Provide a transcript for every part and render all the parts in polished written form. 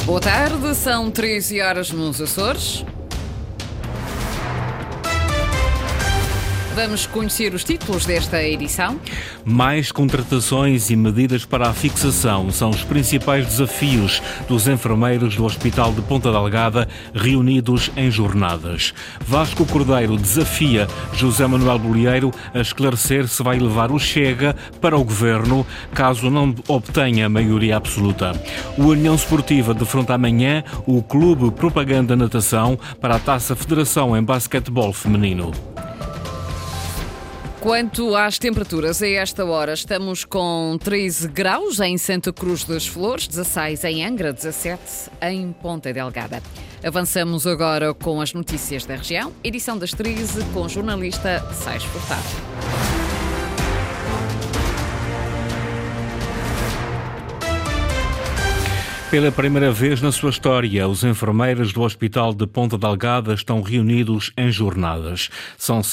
Boa tarde, são 13 horas nos Açores. Vamos conhecer os títulos desta edição. Mais contratações e medidas para a fixação são os principais desafios dos enfermeiros do Hospital de Ponta Delgada reunidos em jornadas. Vasco Cordeiro desafia José Manuel Bolieiro a esclarecer se vai levar o Chega para o Governo caso não obtenha maioria absoluta. O União Esportiva defronta amanhã o Clube Propaganda Natação para a Taça Federação em basquetebol feminino. Quanto às temperaturas, a esta hora estamos com 13 graus em Santa Cruz das Flores, 16 em Angra, 17 em Ponta Delgada. Avançamos agora com as notícias da região, edição das 13 com o jornalista Sais Furtado. Pela primeira vez na sua história, os enfermeiros do Hospital de Ponta Delgada estão reunidos em jornadas. São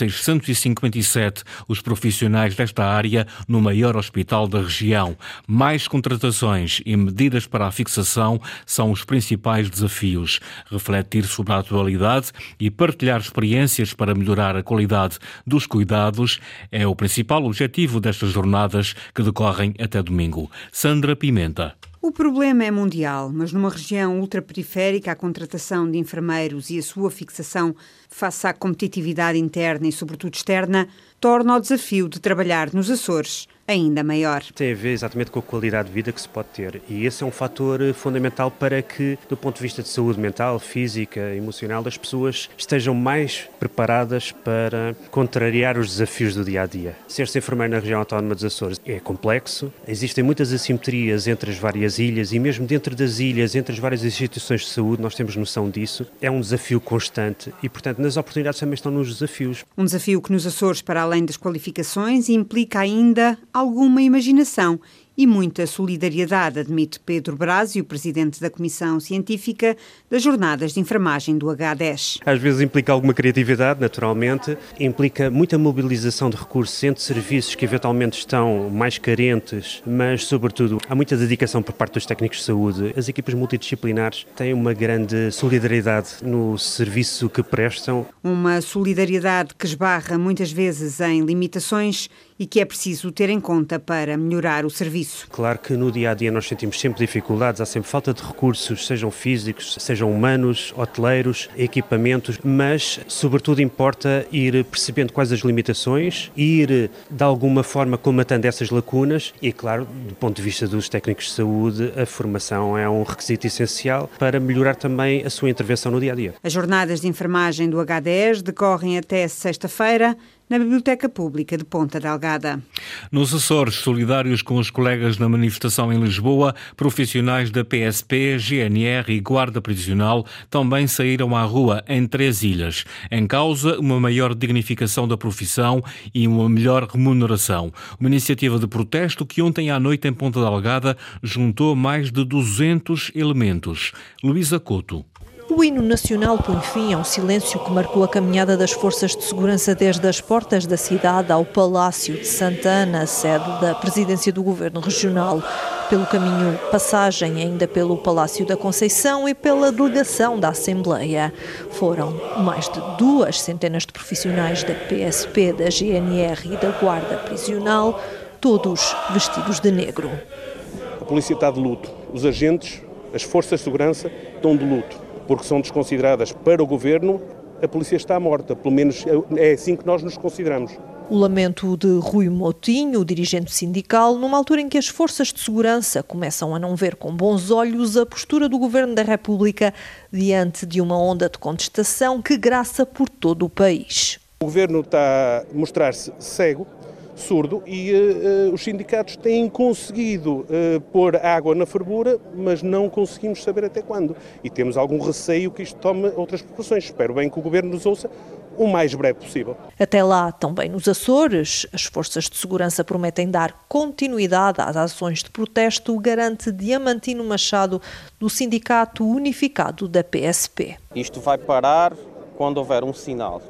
657 os profissionais desta área no maior hospital da região. Mais contratações e medidas para a fixação são os principais desafios. Refletir sobre a atualidade e partilhar experiências para melhorar a qualidade dos cuidados é o principal objetivo destas jornadas que decorrem até domingo. Sandra Pimenta. O problema é mundial, mas numa região ultraperiférica, a contratação de enfermeiros e a sua fixação face à competitividade interna e, sobretudo, externa, torna o desafio de trabalhar nos Açores ainda maior. Tem a ver exatamente com a qualidade de vida que se pode ter e esse é um fator fundamental para que, do ponto de vista de saúde mental, física, emocional, as pessoas estejam mais preparadas para contrariar os desafios do dia-a-dia. Ser-se enfermeiro na região autónoma dos Açores é complexo, existem muitas assimetrias entre as várias ilhas e mesmo dentro das ilhas, entre as várias instituições de saúde, nós temos noção disso. É um desafio constante e, portanto, nas oportunidades também estão nos desafios. Um desafio que nos Açores, para além das qualificações, implica ainda alguma imaginação e muita solidariedade, admite Pedro Brásio, presidente da Comissão Científica das Jornadas de Enfermagem do H10. Às vezes implica alguma criatividade, naturalmente, implica muita mobilização de recursos entre serviços que eventualmente estão mais carentes, mas, sobretudo, há muita dedicação por parte dos técnicos de saúde. As equipas multidisciplinares têm uma grande solidariedade no serviço que prestam. Uma solidariedade que esbarra muitas vezes em limitações e que é preciso ter em conta para melhorar o serviço. Claro que no dia-a-dia nós sentimos sempre dificuldades, há sempre falta de recursos, sejam físicos, sejam humanos, hoteleiros, equipamentos, mas sobretudo importa ir percebendo quais as limitações, ir de alguma forma colmatando essas lacunas e, claro, do ponto de vista dos técnicos de saúde, a formação é um requisito essencial para melhorar também a sua intervenção no dia-a-dia. As jornadas de enfermagem do H10 decorrem até sexta-feira na Biblioteca Pública de Ponta Delgada. Nos Açores, solidários com os colegas na manifestação em Lisboa, profissionais da PSP, GNR e Guarda Prisional também saíram à rua em 3 ilhas. Em causa, uma maior dignificação da profissão e uma melhor remuneração. Uma iniciativa de protesto que ontem à noite em Ponta Delgada juntou mais de 200 elementos. Luísa Couto. O hino nacional põe fim ao silêncio que marcou a caminhada das forças de segurança desde as portas da cidade ao Palácio de Santa Ana, sede da Presidência do Governo Regional. Pelo caminho, passagem ainda pelo Palácio da Conceição e pela delegação da Assembleia. Foram mais de 200 de profissionais da PSP, da GNR e da Guarda Prisional, todos vestidos de negro. A polícia está de luto. Os agentes, as forças de segurança estão de luto. Porque são desconsideradas para o governo, a polícia está morta. Pelo menos é assim que nós nos consideramos. O lamento de Rui Moutinho, o dirigente sindical, numa altura em que as forças de segurança começam a não ver com bons olhos a postura do Governo da República diante de uma onda de contestação que graça por todo o país. O governo está a mostrar-se cego, surdo e os sindicatos têm conseguido pôr água na fervura, mas não conseguimos saber até quando. E temos algum receio que isto tome outras proporções. Espero bem que o Governo nos ouça o mais breve possível. Até lá, também nos Açores, as forças de segurança prometem dar continuidade às ações de protesto, garante Diamantino Machado, do Sindicato Unificado da PSP. Isto vai parar quando houver um sinal.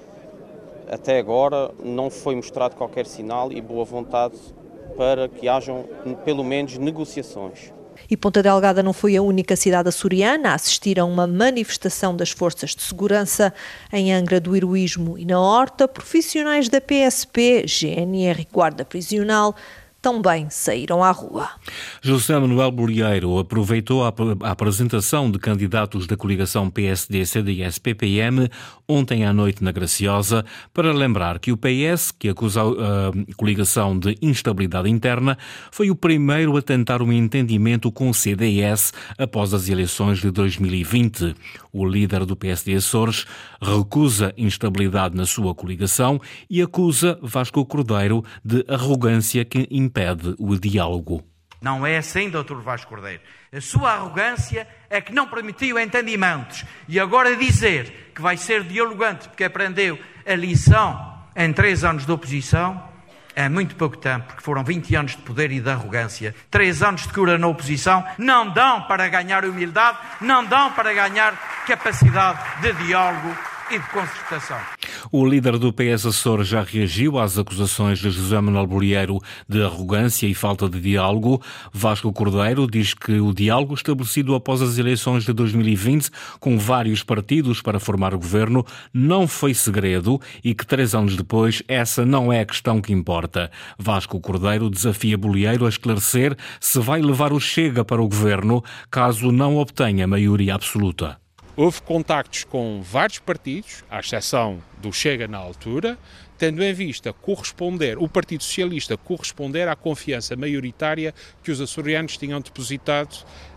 Até agora não foi mostrado qualquer sinal e boa vontade para que hajam pelo menos negociações. E Ponta Delgada não foi a única cidade açoriana a assistir a uma manifestação das forças de segurança. Em Angra do Heroísmo e na Horta, profissionais da PSP, GNR e Guarda Prisional também saíram à rua. José Manuel Bolieiro aproveitou a apresentação de candidatos da coligação PSD-CDS-PPM ontem à noite na Graciosa para lembrar que o PS, que acusa a coligação de instabilidade interna, foi o primeiro a tentar um entendimento com o CDS após as eleições de 2020. O líder do PSD Açores recusa instabilidade na sua coligação e acusa Vasco Cordeiro de arrogância que impede o diálogo. Não é assim, Dr. Vasco Cordeiro. A sua arrogância é que não permitiu entendimentos. E agora dizer que vai ser dialogante porque aprendeu a lição em 3 anos de oposição é muito pouco tempo, porque foram 20 anos de poder e de arrogância. 3 anos de cura na oposição não dão para ganhar humildade, não dão para ganhar capacidade de diálogo e de concertação. O líder do PS Açores já reagiu às acusações de José Manuel Bolieiro de arrogância e falta de diálogo. Vasco Cordeiro diz que o diálogo estabelecido após as eleições de 2020 com vários partidos para formar o governo não foi segredo e que 3 anos depois essa não é a questão que importa. Vasco Cordeiro desafia Bolieiro a esclarecer se vai levar o Chega para o governo caso não obtenha maioria absoluta. Houve contactos com vários partidos, à exceção do Chega na altura, tendo em vista o Partido Socialista corresponder à confiança maioritária que os açorianos tinham depositado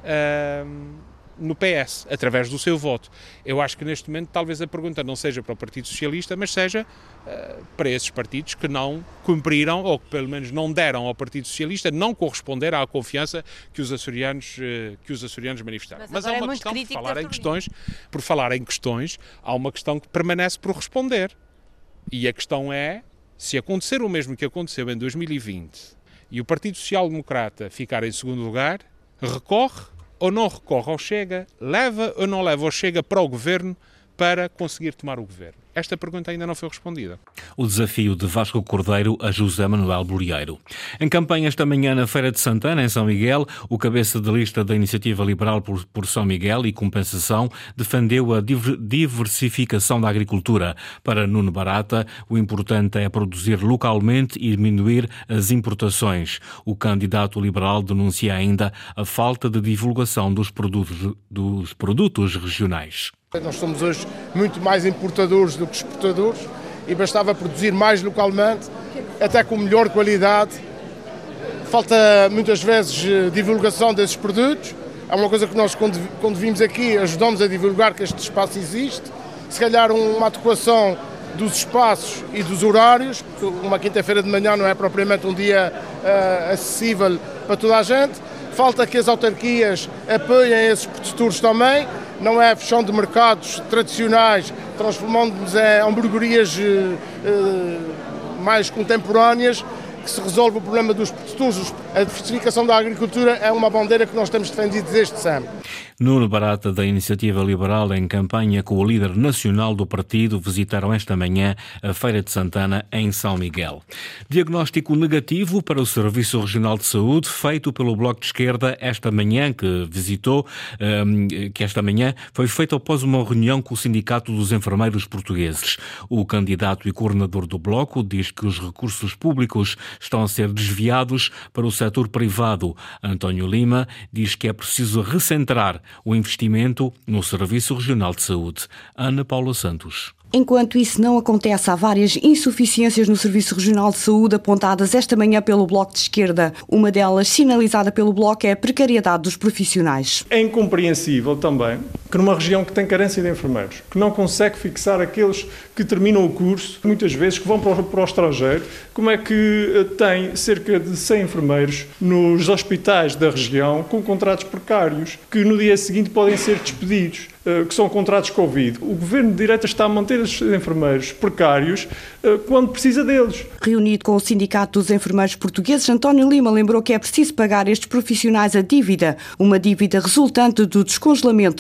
no PS, através do seu voto. Eu acho que neste momento talvez a pergunta não seja para o Partido Socialista, mas seja para esses partidos que não cumpriram, ou que pelo menos não deram ao Partido Socialista, não corresponder à confiança que os açorianos manifestaram. Mas há uma questão, por falar em questões, há uma questão que permanece por responder. E a questão é, se acontecer o mesmo que aconteceu em 2020 e o Partido Social Democrata ficar em segundo lugar, recorre ou não recorre ao Chega, leva ou não leva o Chega para o governo para conseguir tomar o governo? Esta pergunta ainda não foi respondida. O desafio de Vasco Cordeiro a José Manuel Bolieiro. Em campanha esta manhã na Feira de Santana, em São Miguel, o cabeça de lista da Iniciativa Liberal por São Miguel e Compensação defendeu a diversificação da agricultura. Para Nuno Barata, o importante é produzir localmente e diminuir as importações. O candidato liberal denuncia ainda a falta de divulgação dos produtos regionais. Nós somos hoje muito mais importadores do que exportadores e bastava produzir mais localmente, até com melhor qualidade. Falta muitas vezes divulgação desses produtos. É uma coisa que nós, quando vimos aqui, ajudamos a divulgar que este espaço existe. Se calhar uma adequação dos espaços e dos horários, porque uma quinta-feira de manhã não é propriamente um dia acessível para toda a gente. Falta que as autarquias apoiem esses produtores também. Não é fechão de mercados tradicionais, transformando-nos em hamburguerias mais contemporâneas, que se resolve o problema dos produtores. A diversificação da agricultura é uma bandeira que nós temos defendido desde sempre. Nuno Barata, da Iniciativa Liberal, em campanha com o líder nacional do partido, visitaram esta manhã a Feira de Santana, em São Miguel. Diagnóstico negativo para o Serviço Regional de Saúde, feito pelo Bloco de Esquerda esta manhã, que esta manhã foi feito após uma reunião com o Sindicato dos Enfermeiros Portugueses. O candidato e coordenador do Bloco diz que os recursos públicos estão a ser desviados para o setor privado. António Lima diz que é preciso recentrar o investimento no Serviço Regional de Saúde. Ana Paula Santos. Enquanto isso não acontece, há várias insuficiências no Serviço Regional de Saúde apontadas esta manhã pelo Bloco de Esquerda. Uma delas, sinalizada pelo Bloco, é a precariedade dos profissionais. É incompreensível também que numa região que tem carência de enfermeiros, que não consegue fixar aqueles que terminam o curso, muitas vezes que vão para o estrangeiro, como é que tem cerca de 100 enfermeiros nos hospitais da região com contratos precários, que no dia seguinte podem ser despedidos, que são contratos Covid. O Governo de Direita está a manter esses enfermeiros precários quando precisa deles. Reunido com o Sindicato dos Enfermeiros Portugueses, António Lima lembrou que é preciso pagar estes profissionais a dívida, uma dívida resultante do descongelamento das carreiras.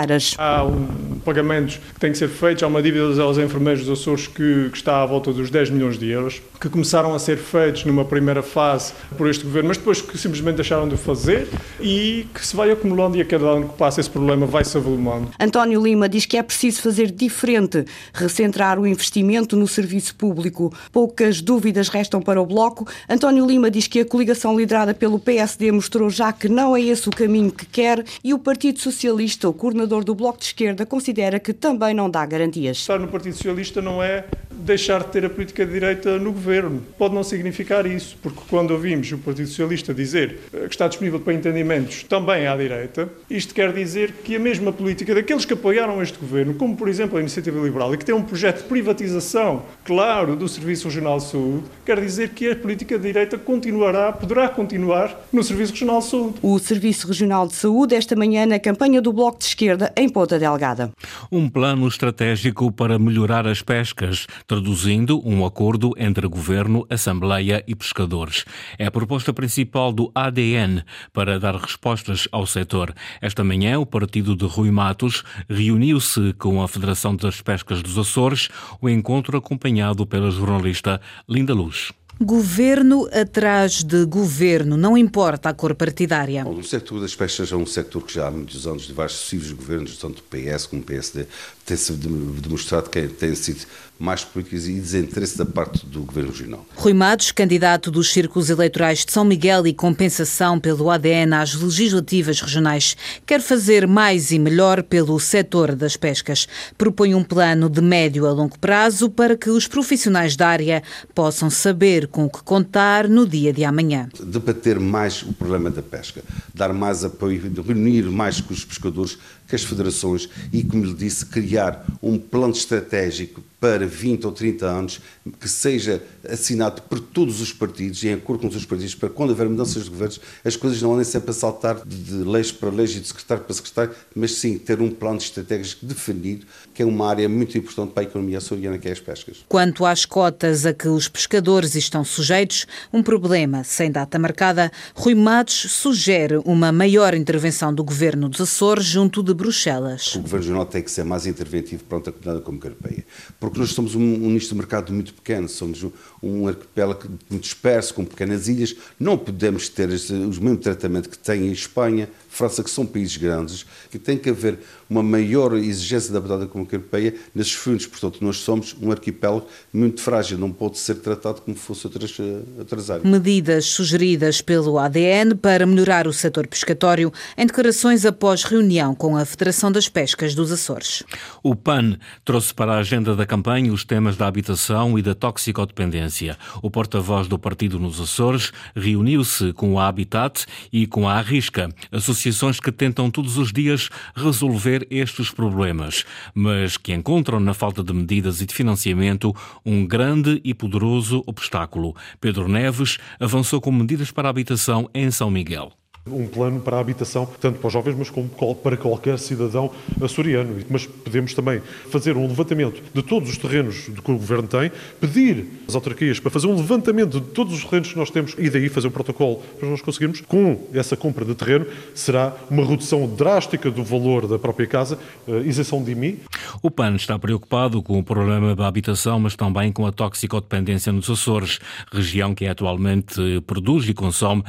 caras. Há pagamentos que têm que ser feitos, há uma dívida aos enfermeiros dos Açores que está à volta dos 10 milhões de euros, que começaram a ser feitos numa primeira fase por este governo, mas depois que simplesmente deixaram de fazer e que se vai acumulando e a cada ano que passa esse problema vai se avolumando. António Lima diz que é preciso fazer diferente, recentrar o investimento no serviço público. Poucas dúvidas restam para o Bloco. António Lima diz que a coligação liderada pelo PSD mostrou já que não é esse o caminho que quer e o Partido Socialista, o coordenador do Bloco de Esquerda, considera que também não dá garantias. Estar no Partido Socialista não é deixar de ter a política de direita no governo. Pode não significar isso, porque quando ouvimos o Partido Socialista dizer que está disponível para entendimentos também à direita, isto quer dizer que a mesma política daqueles que apoiaram este governo, como por exemplo a Iniciativa Liberal, e que tem um projeto de privatização, claro, do Serviço Regional de Saúde, quer dizer que a política de direita poderá continuar no Serviço Regional de Saúde. O Serviço Regional de Saúde esta manhã na campanha do Bloco de Esquerda em Ponta Delgada. Um plano estratégico para melhorar as pescas, traduzindo um acordo entre Governo, Assembleia e pescadores. É a proposta principal do ADN para dar respostas ao setor. Esta manhã, o partido de Rui Matos reuniu-se com a Federação das Pescas dos Açores, o encontro acompanhado pela jornalista Linda Luz. Governo atrás de governo, não importa a cor partidária. O setor das pescas é um setor que já há muitos anos, de vários sucessivos governos, tanto PS como PSD, tem-se demonstrado que tem sido mais políticas e desinteresse da parte do Governo Regional. Rui Matos, candidato dos círculos eleitorais de São Miguel e compensação pelo ADN às legislativas regionais, quer fazer mais e melhor pelo setor das pescas. Propõe um plano de médio a longo prazo para que os profissionais da área possam saber com o que contar no dia de amanhã. Debater mais o problema da pesca, dar mais apoio, reunir mais com os pescadores, com as federações e, como lhe disse, criar um plano estratégico para 20 ou 30 anos que seja assinado por todos os partidos, em acordo com os partidos, para quando houver mudanças de governos, as coisas não andem sempre a saltar de leis para leis e de secretário para secretário, mas sim ter um plano estratégico definido, que é uma área muito importante para a economia açoriana, que é as pescas. Quanto às cotas a que os pescadores estão sujeitos, um problema sem data marcada, Rui Matos sugere uma maior intervenção do Governo dos Açores junto de Bruxelas. O Governo Regional tem que ser mais interventivo perante a comunidade comunitária europeia, porque nós somos um nicho de mercado muito pequeno, somos um arquipélago muito disperso, com pequenas ilhas, não podemos ter o mesmo tratamento que tem em Espanha, França, que são países grandes, que tem que haver uma maior exigência da comunidade comunitária europeia nesses fundos. Portanto, nós somos um arquipélago muito frágil, não pode ser tratado como fosse outras áreas. Medidas sugeridas pelo ADN para melhorar o setor pescatório em declarações após reunião com a Federação das Pescas dos Açores. O PAN trouxe para a agenda da campanha os temas da habitação e da toxicodependência. O porta-voz do partido nos Açores reuniu-se com a Habitat e com a Arrisca, associações que tentam todos os dias resolver estes problemas, mas que encontram na falta de medidas e de financiamento um grande e poderoso obstáculo. Pedro Neves avançou com medidas para a habitação em São Miguel. Um plano para a habitação, tanto para os jovens, mas como para qualquer cidadão açoriano. Mas podemos também fazer um levantamento de todos os terrenos que o Governo tem, pedir às autarquias para fazer um levantamento de todos os terrenos que nós temos e daí fazer um protocolo para nós conseguirmos. Com essa compra de terreno, será uma redução drástica do valor da própria casa, isenção de IMI. O PAN está preocupado com o problema da habitação, mas também com a toxicodependência nos Açores, região que atualmente produz e consome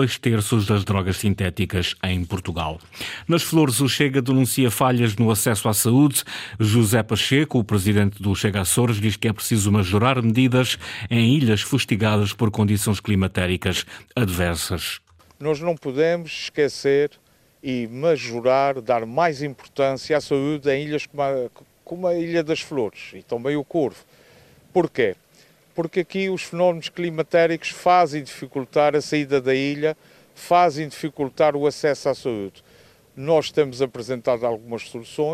2/3 das drogas sintéticas em Portugal. Nas Flores, o Chega denuncia falhas no acesso à saúde. José Pacheco, o presidente do Chega Açores, diz que é preciso majorar medidas em ilhas fustigadas por condições climatéricas adversas. Nós não podemos esquecer e majorar, dar mais importância à saúde em ilhas como a Ilha das Flores e também o Corvo. Porquê? Porque aqui os fenómenos climatéricos fazem dificultar a saída da ilha, fazem dificultar o acesso à saúde. Nós temos apresentado algumas soluções,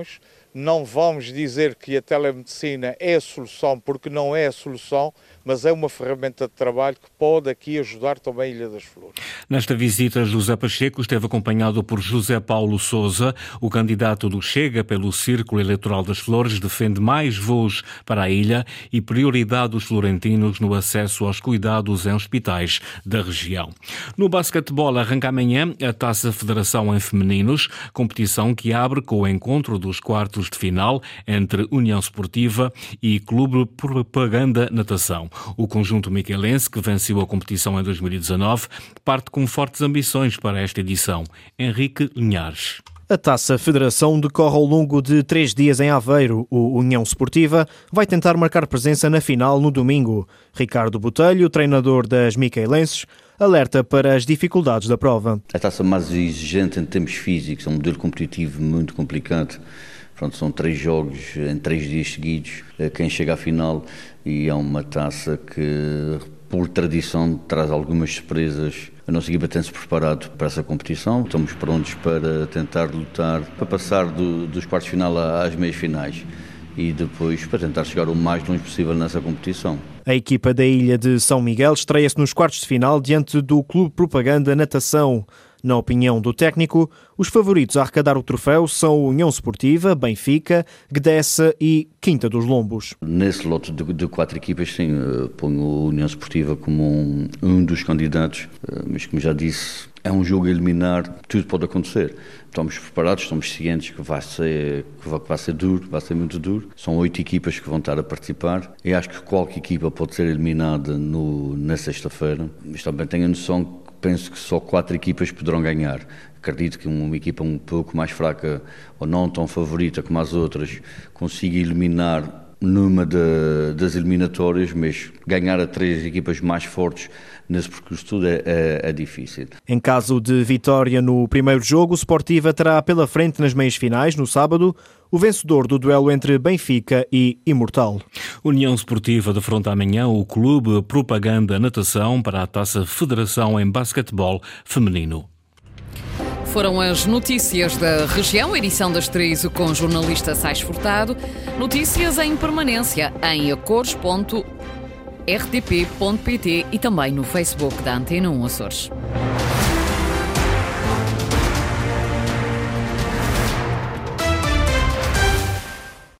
Não vamos dizer que a telemedicina é a solução, porque não é a solução, mas é uma ferramenta de trabalho que pode aqui ajudar também a Ilha das Flores. Nesta visita, José Pacheco esteve acompanhado por José Paulo Sousa. O candidato do Chega pelo Círculo Eleitoral das Flores defende mais voos para a ilha e prioridade dos florentinos no acesso aos cuidados em hospitais da região. No basquetebol, arranca amanhã a Taça Federação em Femininos, competição que abre com o encontro dos quartos de final entre União Esportiva e Clube Propaganda Natação. O conjunto miquelense, que venceu a competição em 2019, parte com fortes ambições para esta edição. Henrique Linhares. A Taça Federação decorre ao longo de 3 dias em Aveiro. O União Esportiva vai tentar marcar presença na final no domingo. Ricardo Botelho, treinador das miquelenses, alerta para as dificuldades da prova. A taça mais exigente em termos físicos, é um modelo competitivo muito complicado. Pronto, são 3 jogos em 3 dias seguidos. Quem chega à final, e é uma taça que, por tradição, traz algumas surpresas. A nossa equipa tem-se preparado para essa competição. Estamos prontos para tentar lutar, para passar dos quartos de final às meias finais e depois para tentar chegar o mais longe possível nessa competição. A equipa da Ilha de São Miguel estreia-se nos quartos de final diante do Clube Propaganda Natação. Na opinião do técnico, os favoritos a arrecadar o troféu são a União Esportiva, Benfica, Gdessa e Quinta dos Lombos. Nesse lote de 4 equipas, sim, ponho a União Esportiva como um dos candidatos, mas como já disse, é um jogo a eliminar, tudo pode acontecer. Estamos preparados, estamos cientes que vai ser duro, vai ser muito duro. São 8 equipas que vão estar a participar e acho que qualquer equipa pode ser eliminada na sexta-feira, mas também tenho a noção que penso que só 4 equipas poderão ganhar. Acredito que uma equipa um pouco mais fraca ou não tão favorita como as outras consiga eliminar numa das eliminatórias, mas ganhar a 3 equipas mais fortes nesse percurso tudo é difícil. Em caso de vitória no primeiro jogo, o Sportiva terá pela frente nas meias finais, no sábado, o vencedor do duelo entre Benfica e Imortal. União Esportiva defronta amanhã o Clube Propaganda Natação para a Taça Federação em Basquetebol Feminino. Foram as notícias da região, edição das 3 com o jornalista Sais Furtado. Notícias em permanência em acores.rtp.pt e também no Facebook da Antena 1 Açores.